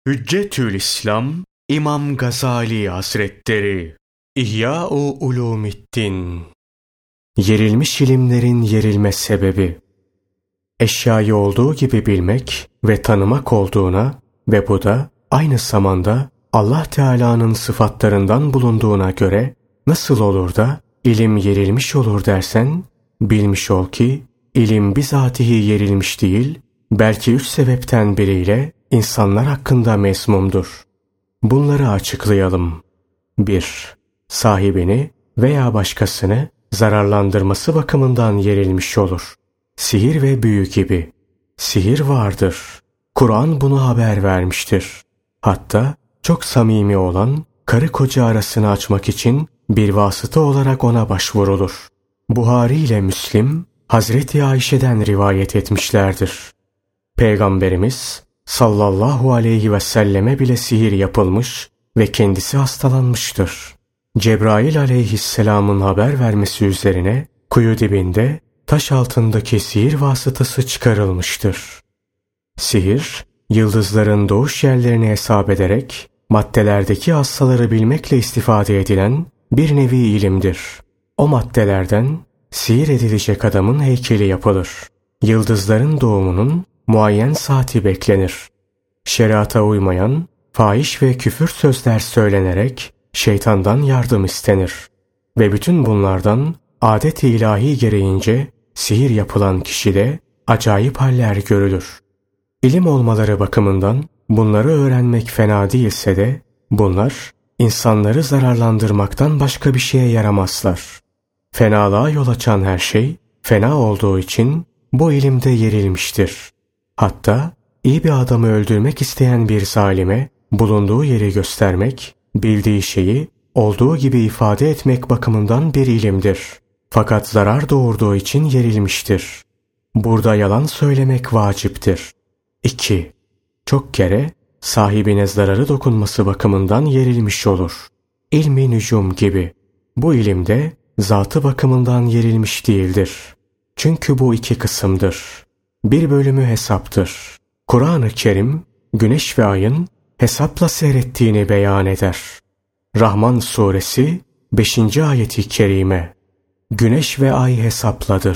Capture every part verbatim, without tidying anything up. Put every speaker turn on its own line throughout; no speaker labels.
Hüccetül İslam İmam Gazali Hazretleri İhya-u Ulumiddin. Yerilmiş ilimlerin yerilme sebebi, eşyayı olduğu gibi bilmek ve tanımak olduğuna ve bu da aynı zamanda Allah Teala'nın sıfatlarından bulunduğuna göre nasıl olur da ilim yerilmiş olur dersen, bilmiş ol ki ilim bizatihi yerilmiş değil, belki üç sebepten biriyle insanlar hakkında mezmumdur. Bunları açıklayalım. bir. Sahibini veya başkasını zararlandırması bakımından yerilmiş olur. Sihir ve büyü gibi. Sihir vardır. Kur'an bunu haber vermiştir. Hatta çok samimi olan karı koca arasını açmak için bir vasıta olarak ona başvurulur. Buhari ile Müslim, Hazreti Ayşe'den rivayet etmişlerdir. Peygamberimiz sallallahu aleyhi ve selleme bile sihir yapılmış ve kendisi hastalanmıştır. Cebrail aleyhisselamın haber vermesi üzerine kuyu dibinde taş altındaki sihir vasıtası çıkarılmıştır. Sihir, yıldızların doğuş yerlerini hesap ederek maddelerdeki hassaları bilmekle istifade edilen bir nevi ilimdir. O maddelerden sihir edilecek adamın heykeli yapılır. Yıldızların doğumunun muayyen saati beklenir. Şeriata uymayan, fahiş ve küfür sözler söylenerek şeytandan yardım istenir. Ve bütün bunlardan adet-i ilahi gereğince sihir yapılan kişide acayip haller görülür. İlim olmaları bakımından bunları öğrenmek fena değilse de bunlar insanları zararlandırmaktan başka bir şeye yaramazlar. Fenalığa yol açan her şey fena olduğu için bu ilimde yerilmiştir. Hatta iyi bir adamı öldürmek isteyen bir zalime bulunduğu yeri göstermek, bildiği şeyi olduğu gibi ifade etmek bakımından bir ilimdir. Fakat zarar doğurduğu için yerilmiştir. Burada yalan söylemek vaciptir. iki. Çok kere sahibine zararı dokunması bakımından yerilmiş olur. İlmi nücum gibi. Bu ilimde zatı bakımından yerilmiş değildir. Çünkü bu iki kısımdır. Bir bölümü hesaptır. Kur'an-ı Kerim, güneş ve ayın hesapla seyrettiğini beyan eder. Rahman suresi beşinci ayeti kerime. Güneş ve ay hesapladır.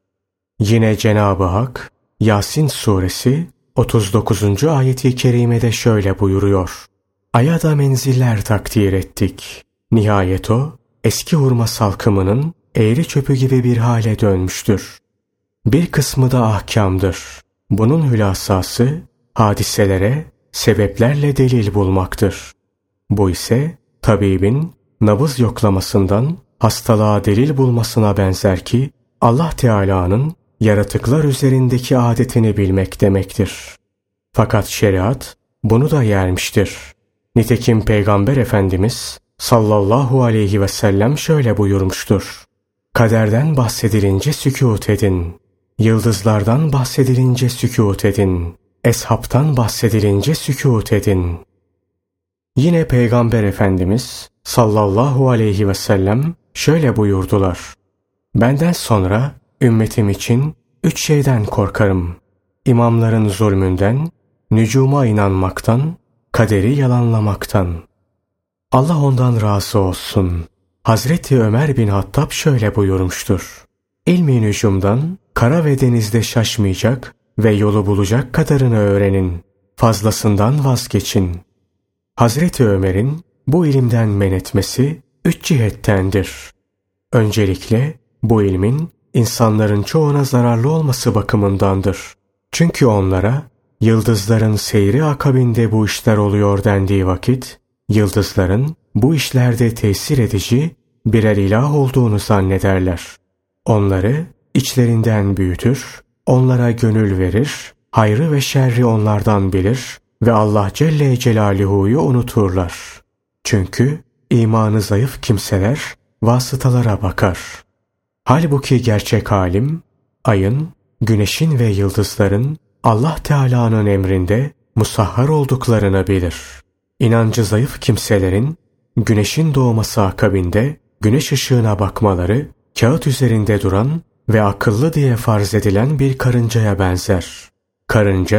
Yine Cenab-ı Hak, Yasin suresi otuz dokuzuncu ayeti kerimede şöyle buyuruyor. Aya da menziller takdir ettik. Nihayet o, eski hurma salkımının eğri çöpü gibi bir hale dönmüştür. Bir kısmı da ahkamdır. Bunun hülasası, hadiselere, sebeplerle delil bulmaktır. Bu ise, tabibin nabız yoklamasından hastalığa delil bulmasına benzer ki, Allah Teala'nın yaratıklar üzerindeki adetini bilmek demektir. Fakat şeriat bunu da yermiştir. Nitekim Peygamber Efendimiz sallallahu aleyhi ve sellem şöyle buyurmuştur. Kaderden bahsedilince sükût edin. Yıldızlardan bahsedilince sükût edin. Eshaptan bahsedilince sükût edin. Yine Peygamber Efendimiz sallallahu aleyhi ve sellem şöyle buyurdular. Benden sonra ümmetim için üç şeyden korkarım. İmamların zulmünden, nücuma inanmaktan, kaderi yalanlamaktan. Allah ondan razı olsun. Hazreti Ömer bin Hattab şöyle buyurmuştur. İlmi nücumdan kara ve denizde şaşmayacak ve yolu bulacak kadarını öğrenin. Fazlasından vazgeçin. Hazreti Ömer'in bu ilimden men etmesi üç cihettendir. Öncelikle bu ilmin insanların çoğuna zararlı olması bakımındandır. Çünkü onlara yıldızların seyri akabinde bu işler oluyor dendiği vakit, yıldızların bu işlerde tesir edici birer ilah olduğunu zannederler. Onları içlerinden büyütür, onlara gönül verir, hayrı ve şerri onlardan bilir ve Allah Celle Celaluhu'yu unuturlar. Çünkü imanı zayıf kimseler vasıtalara bakar. Halbuki gerçek alim, ayın, güneşin ve yıldızların Allah Teala'nın emrinde musahhar olduklarını bilir. İnancı zayıf kimselerin güneşin doğması akabinde güneş ışığına bakmaları kağıt üzerinde duran ve akıllı diye farz edilen bir karıncaya benzer. Karınca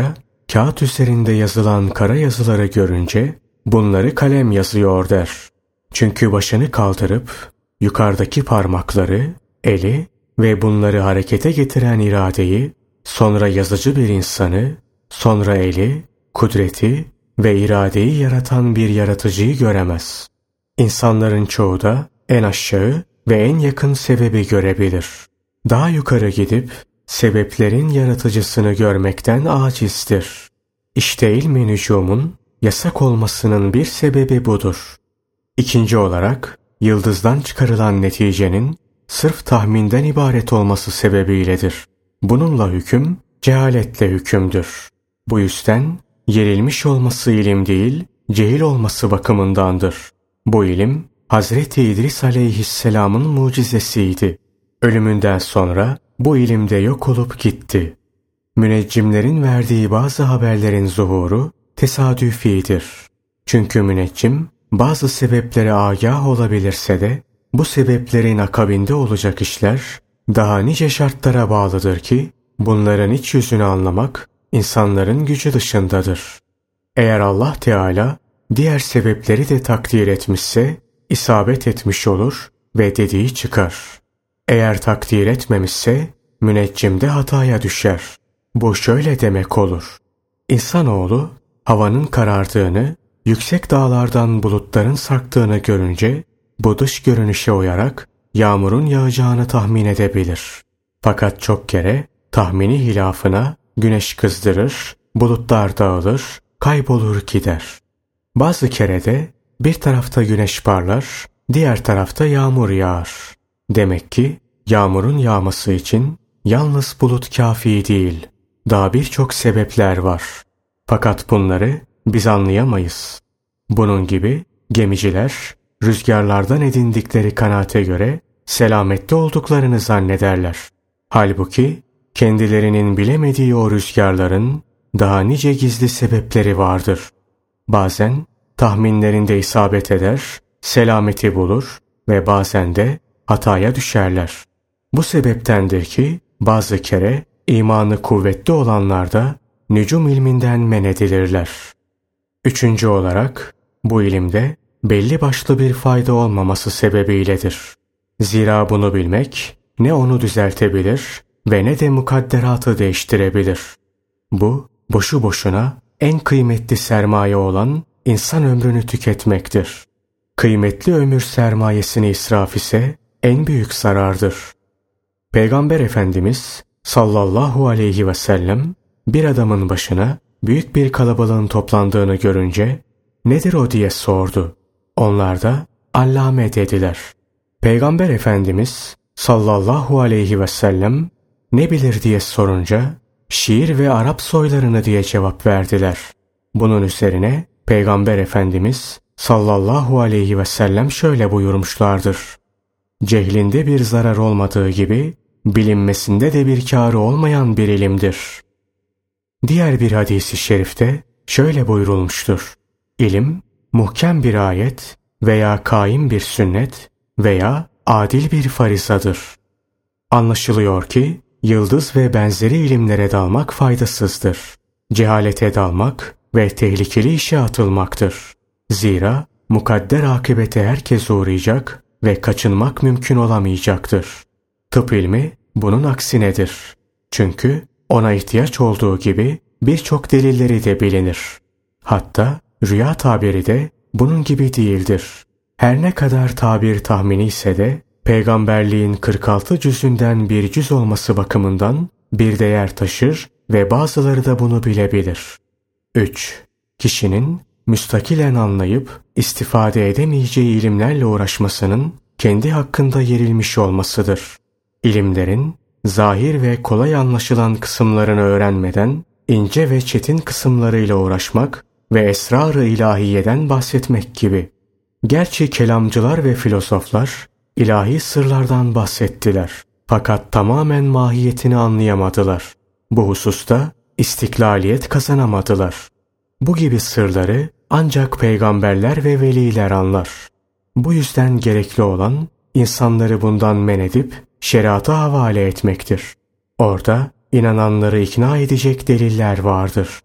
kağıt üzerinde yazılan kara yazıları görünce bunları kalem yazıyor der. Çünkü başını kaldırıp yukarıdaki parmakları, eli ve bunları harekete getiren iradeyi, sonra yazıcı bir insanı, sonra eli, kudreti ve iradeyi yaratan bir yaratıcıyı göremez. İnsanların çoğu da en aşağı ve en yakın sebebi görebilir. Daha yukarı gidip sebeplerin yaratıcısını görmekten acizdir. İşte ilmi nücumun yasak olmasının bir sebebi budur. İkinci olarak yıldızdan çıkarılan neticenin sırf tahminden ibaret olması sebebiyledir. Bununla hüküm cehaletle hükümdür. Bu yüzden yerilmiş olması ilim değil, cehil olması bakımındandır. Bu ilim Hazreti İdris aleyhisselamın mucizesiydi. Ölümünden sonra bu ilim de yok olup gitti. Müneccimlerin verdiği bazı haberlerin zuhuru tesadüfidir. Çünkü müneccim bazı sebeplere agah olabilirse de bu sebeplerin akabinde olacak işler daha nice şartlara bağlıdır ki bunların iç yüzünü anlamak insanların gücü dışındadır. Eğer Allah Teala diğer sebepleri de takdir etmişse isabet etmiş olur ve dediği çıkar. Eğer takdir etmemişse müneccimde hataya düşer. Bu şöyle demek olur. İnsanoğlu havanın karardığını, yüksek dağlardan bulutların sarktığını görünce bu dış görünüşe uyarak yağmurun yağacağını tahmin edebilir. Fakat çok kere tahmini hilafına güneş kızdırır, bulutlar dağılır, kaybolur gider. Bazı kere de bir tarafta güneş parlar, diğer tarafta yağmur yağar. Demek ki yağmurun yağması için yalnız bulut kafi değil, daha birçok sebepler var. Fakat bunları biz anlayamayız. Bunun gibi gemiciler rüzgarlardan edindikleri kanaate göre selamette olduklarını zannederler. Halbuki kendilerinin bilemediği o rüzgarların daha nice gizli sebepleri vardır. Bazen tahminlerinde isabet eder, selameti bulur ve bazen de hataya düşerler. Bu sebeptendir ki bazı kere imanı kuvvetli olanlar da nücum ilminden men edilirler. Üçüncü olarak bu ilimde belli başlı bir fayda olmaması sebebiyledir. Zira bunu bilmek ne onu düzeltebilir ve ne de mukadderatı değiştirebilir. Bu boşu boşuna en kıymetli sermaye olan insan ömrünü tüketmektir. Kıymetli ömür sermayesini israf ise en büyük zarardır. Peygamber Efendimiz sallallahu aleyhi ve sellem bir adamın başına büyük bir kalabalığın toplandığını görünce nedir o diye sordu. Onlar da allame dediler. Peygamber Efendimiz sallallahu aleyhi ve sellem ne bilir diye sorunca şiir ve Arap soylarını diye cevap verdiler. Bunun üzerine Peygamber Efendimiz sallallahu aleyhi ve sellem şöyle buyurmuşlardır. Cehlinde bir zarar olmadığı gibi bilinmesinde de bir kârı olmayan bir ilimdir. Diğer bir hadis-i şerifte şöyle buyurulmuştur. İlim, muhkem bir ayet veya kaim bir sünnet veya adil bir farizadır. Anlaşılıyor ki yıldız ve benzeri ilimlere dalmak faydasızdır. Cehalete dalmak ve tehlikeli işe atılmaktır. Zira mukadder akıbete herkes uğrayacak ve kaçınmak mümkün olamayacaktır. Tıp ilmi bunun aksinedir. Çünkü ona ihtiyaç olduğu gibi birçok delilleri de bilinir. Hatta rüya tabiri de bunun gibi değildir. Her ne kadar tabir tahmini ise de peygamberliğin kırk altı cüzünden bir cüz olması bakımından bir değer taşır ve bazıları da bunu bilebilir. üç. Kişinin müstakilen anlayıp istifade edemeyeceği ilimlerle uğraşmasının kendi hakkında yerilmiş olmasıdır. İlimlerin zahir ve kolay anlaşılan kısımlarını öğrenmeden ince ve çetin kısımlarıyla uğraşmak ve esrar-ı ilahiyeden bahsetmek gibi. Gerçi kelamcılar ve filozoflar ilahi sırlardan bahsettiler. Fakat tamamen mahiyetini anlayamadılar. Bu hususta istiklaliyet kazanamadılar. Bu gibi sırları ancak peygamberler ve veliler anlar. Bu yüzden gerekli olan insanları bundan men edip şeriata havale etmektir. Orada inananları ikna edecek deliller vardır.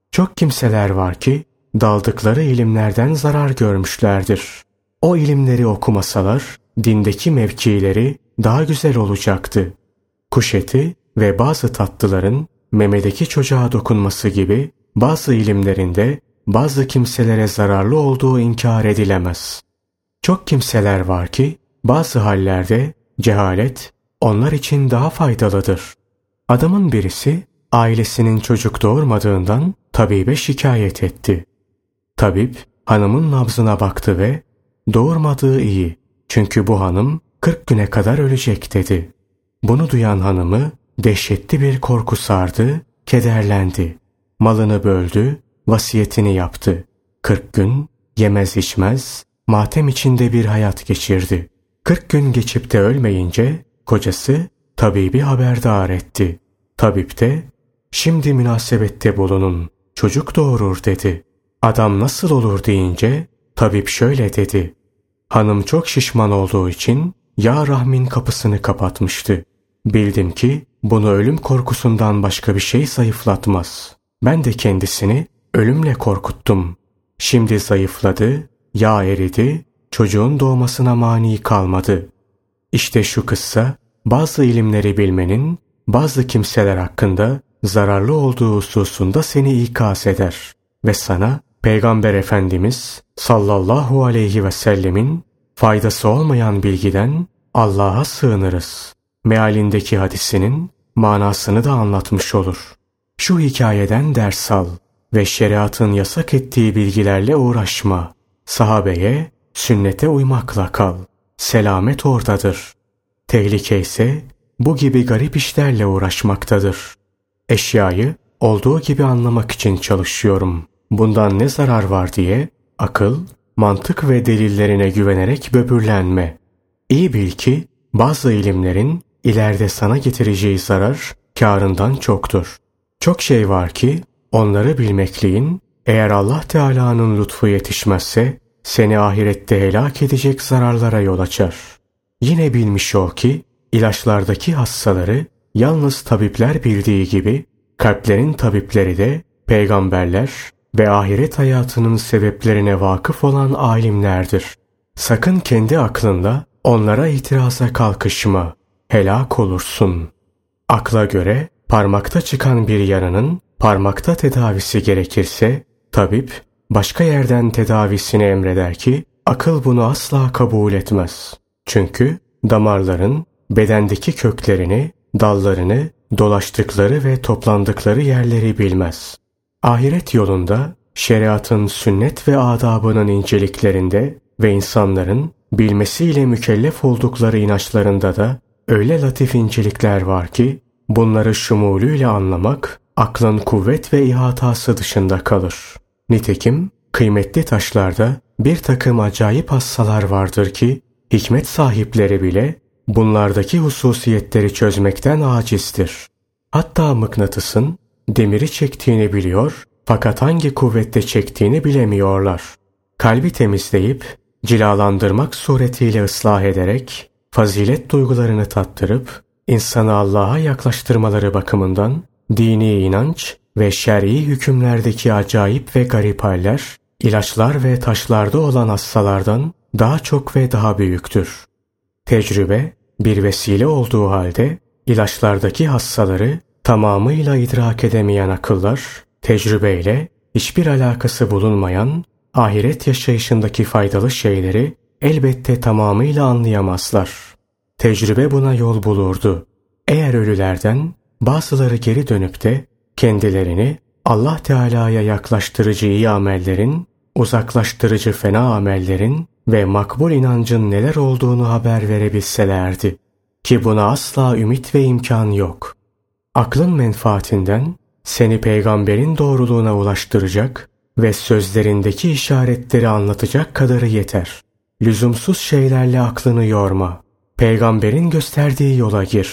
Çok kimseler var ki daldıkları ilimlerden zarar görmüşlerdir. O ilimleri okumasalar dindeki mevkileri daha güzel olacaktı. Kuş eti ve bazı tatlıların memedeki çocuğa dokunması gibi bazı ilimlerinde bazı kimselere zararlı olduğu inkar edilemez. Çok kimseler var ki bazı hallerde cehalet onlar için daha faydalıdır. Adamın birisi ailesinin çocuk doğurmadığından tabibe şikayet etti. Tabip hanımın nabzına baktı ve doğurmadığı iyi çünkü bu hanım kırk güne kadar ölecek dedi. Bunu duyan hanımı dehşetli bir korku sardı, kederlendi. Malını böldü, vasiyetini yaptı. Kırk gün yemez içmez, matem içinde bir hayat geçirdi. Kırk gün geçip de ölmeyince kocası tabibi haberdar etti. Tabip de şimdi münasebette bulunun, çocuk doğurur dedi. Adam nasıl olur deyince tabip şöyle dedi. Hanım çok şişman olduğu için yağ rahmin kapısını kapatmıştı. Bildim ki bunu ölüm korkusundan başka bir şey zayıflatmaz. Ben de kendisini ölümle korkuttum. Şimdi zayıfladı, yağ eridi, çocuğun doğmasına mani kalmadı. İşte şu kıssa bazı ilimleri bilmenin bazı kimseler hakkında zararlı olduğu hususunda seni ikaz eder ve sana Peygamber Efendimiz sallallahu aleyhi ve sellemin faydası olmayan bilgiden Allah'a sığınırız mealindeki hadisinin manasını da anlatmış olur. Şu hikayeden ders al ve şeriatın yasak ettiği bilgilerle uğraşma. Sahabeye, sünnete uymakla kal. Selamet oradadır. Tehlike ise bu gibi garip işlerle uğraşmaktadır. Eşyayı olduğu gibi anlamak için çalışıyorum. Bundan ne zarar var diye akıl, mantık ve delillerine güvenerek böbürlenme. İyi bil ki bazı ilimlerin ileride sana getireceği zarar kârından çoktur. Çok şey var ki onları bilmekliğin eğer Allah Teala'nın lütfu yetişmezse seni ahirette helak edecek zararlara yol açar. Yine bilmiş ol ki ilaçlardaki hassaları yalnız tabipler bildiği gibi kalplerin tabipleri de peygamberler ve ahiret hayatının sebeplerine vakıf olan alimlerdir. Sakın kendi aklınla onlara itiraza kalkışma. Helak olursun. Akla göre parmakta çıkan bir yaranın parmakta tedavisi gerekirse tabip başka yerden tedavisini emreder ki akıl bunu asla kabul etmez. Çünkü damarların bedendeki köklerini, dallarını, dolaştıkları ve toplandıkları yerleri bilmez. Ahiret yolunda şeriatın sünnet ve adabının inceliklerinde ve insanların bilmesiyle mükellef oldukları inançlarında da öyle latif incelikler var ki bunları şumulüyle anlamak aklın kuvvet ve ihatası dışında kalır. Nitekim kıymetli taşlarda bir takım acayip hassalar vardır ki hikmet sahipleri bile bunlardaki hususiyetleri çözmekten acizdir. Hatta mıknatısın demiri çektiğini biliyor fakat hangi kuvvette çektiğini bilemiyorlar. Kalbi temizleyip cilalandırmak suretiyle ıslah ederek fazilet duygularını tattırıp insanı Allah'a yaklaştırmaları bakımından dini inanç ve şer'i hükümlerdeki acayip ve garip haller, ilaçlar ve taşlarda olan hassalardan daha çok ve daha büyüktür. Tecrübe bir vesile olduğu halde ilaçlardaki hassaları tamamıyla idrak edemeyen akıllar, tecrübeyle hiçbir alakası bulunmayan ahiret yaşayışındaki faydalı şeyleri elbette tamamıyla anlayamazlar. Tecrübe buna yol bulurdu. Eğer ölülerden bazıları geri dönüp de kendilerini Allah Teala'ya yaklaştırıcı iyi amellerin, uzaklaştırıcı fena amellerin ve makbul inancın neler olduğunu haber verebilselerdi. Ki buna asla ümit ve imkan yok. Aklın menfaatinden seni peygamberin doğruluğuna ulaştıracak ve sözlerindeki işaretleri anlatacak kadarı yeter. Lüzumsuz şeylerle aklını yorma. Peygamberin gösterdiği yola gir.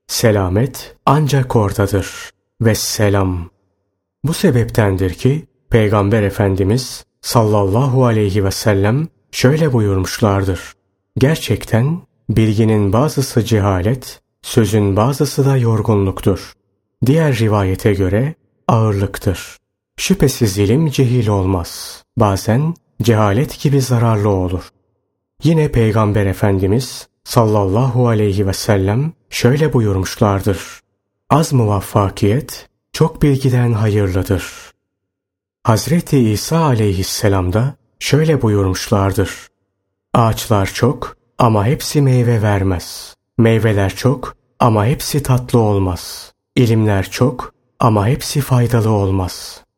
Selamet ancak oradadır. Vesselam. Bu sebeptendir ki Peygamber Efendimiz sallallahu aleyhi ve sellem şöyle buyurmuşlardır. Gerçekten bilginin bazısı cehalet, sözün bazısı da yorgunluktur. Diğer rivayete göre ağırlıktır. Şüphesiz ilim cehil olmaz. Bazen cehalet gibi zararlı olur. Yine Peygamber Efendimiz sallallahu aleyhi ve sellem şöyle buyurmuşlardır. Az muvaffakiyet çok bilgiden hayırlıdır. Hazreti İsa aleyhisselam da şöyle buyurmuşlardır. Ağaçlar çok ama hepsi meyve vermez. Meyveler çok ama hepsi tatlı olmaz. İlimler çok ama hepsi faydalı olmaz.